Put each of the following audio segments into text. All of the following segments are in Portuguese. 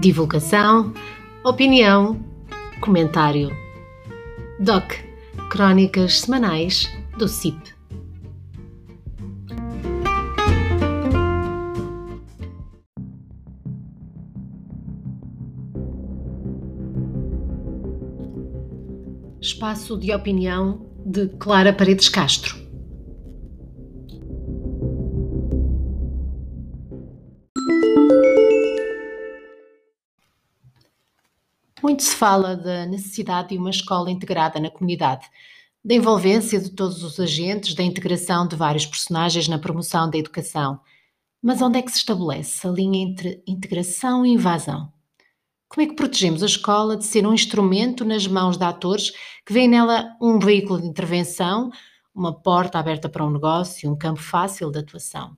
Divulgação, opinião, comentário. DOC, Crónicas Semanais do CIP. Espaço de opinião de Clara Paredes Castro. Muito se fala da necessidade de uma escola integrada na comunidade, da envolvência de todos os agentes, da integração de vários personagens na promoção da educação. Mas onde é que se estabelece a linha entre integração e invasão? Como é que protegemos a escola de ser um instrumento nas mãos de atores que veem nela um veículo de intervenção, uma porta aberta para um negócio, um campo fácil de atuação?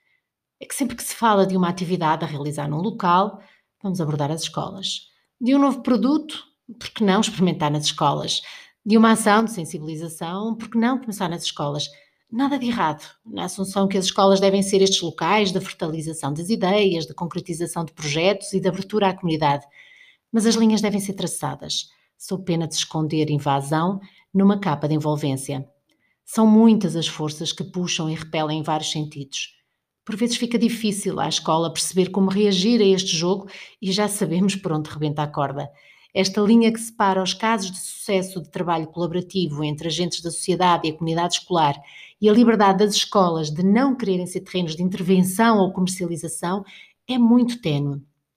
É que sempre que se fala de uma atividade a realizar num local, vamos abordar as escolas. De um novo produto, por que não experimentar nas escolas? De uma ação de sensibilização, por que não começar nas escolas? Nada de errado na assunção que as escolas devem ser estes locais de fertilização das ideias, de concretização de projetos e de abertura à comunidade. Mas as linhas devem ser traçadas, sob pena de se esconder invasão numa capa de envolvência. São muitas as forças que puxam e repelem em vários sentidos. Por vezes fica difícil à escola perceber como reagir a este jogo e já sabemos por onde rebenta a corda. Esta linha que separa os casos de sucesso de trabalho colaborativo entre agentes da sociedade e a comunidade escolar e a liberdade das escolas de não quererem ser terrenos de intervenção ou comercialização é muito ténue.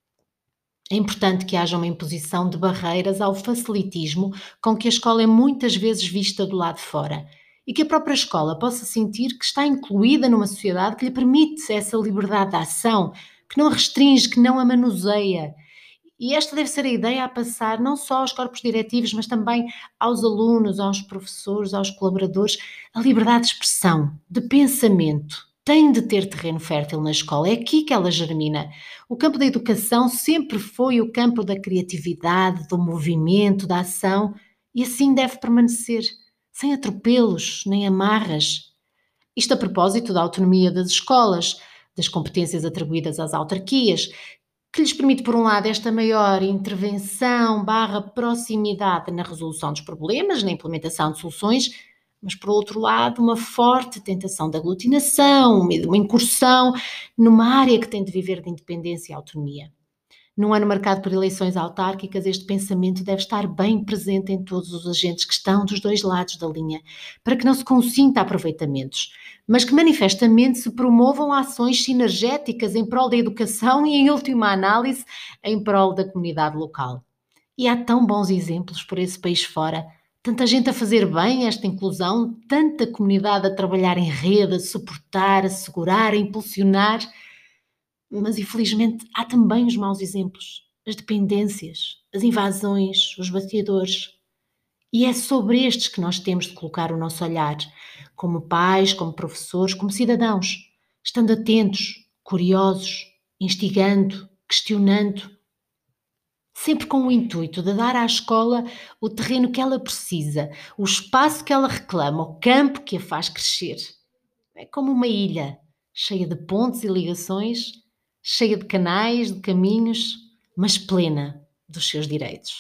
É importante que haja uma imposição de barreiras ao facilitismo com que a escola é muitas vezes vista do lado de fora e que a própria escola possa sentir que está incluída numa sociedade que lhe permite essa liberdade de ação, que não a restringe, que não a manuseia. E esta deve ser a ideia a passar não só aos corpos diretivos, mas também aos alunos, aos professores, aos colaboradores. A liberdade de expressão, de pensamento, tem de ter terreno fértil na escola. É aqui que ela germina. O campo da educação sempre foi o campo da criatividade, do movimento, da ação, e assim deve permanecer, sem atropelos nem amarras. Isto a propósito da autonomia das escolas, das competências atribuídas às autarquias, que lhes permite, por um lado, esta maior intervenção / proximidade na resolução dos problemas, na implementação de soluções, mas, por outro lado, uma forte tentação de aglutinação, uma incursão numa área que tem de viver de independência e autonomia. Num ano marcado por eleições autárquicas, este pensamento deve estar bem presente em todos os agentes que estão dos dois lados da linha, para que não se consinta aproveitamentos, mas que manifestamente se promovam ações sinergéticas em prol da educação e, em última análise, em prol da comunidade local. E há tão bons exemplos por esse país fora, tanta gente a fazer bem esta inclusão, tanta comunidade a trabalhar em rede, a suportar, a segurar, a impulsionar. Mas, infelizmente, há também os maus exemplos, as dependências, as invasões, os bateadores. E é sobre estes que nós temos de colocar o nosso olhar, como pais, como professores, como cidadãos, estando atentos, curiosos, instigando, questionando, sempre com o intuito de dar à escola o terreno que ela precisa, o espaço que ela reclama, o campo que a faz crescer. É como uma ilha, cheia de pontes e ligações, cheia de canais, de caminhos, mas plena dos seus direitos.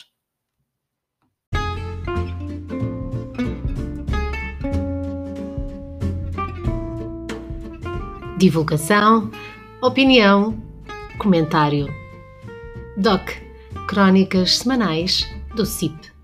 Divulgação, opinião, comentário. DOC, Crónicas Semanais do CIP.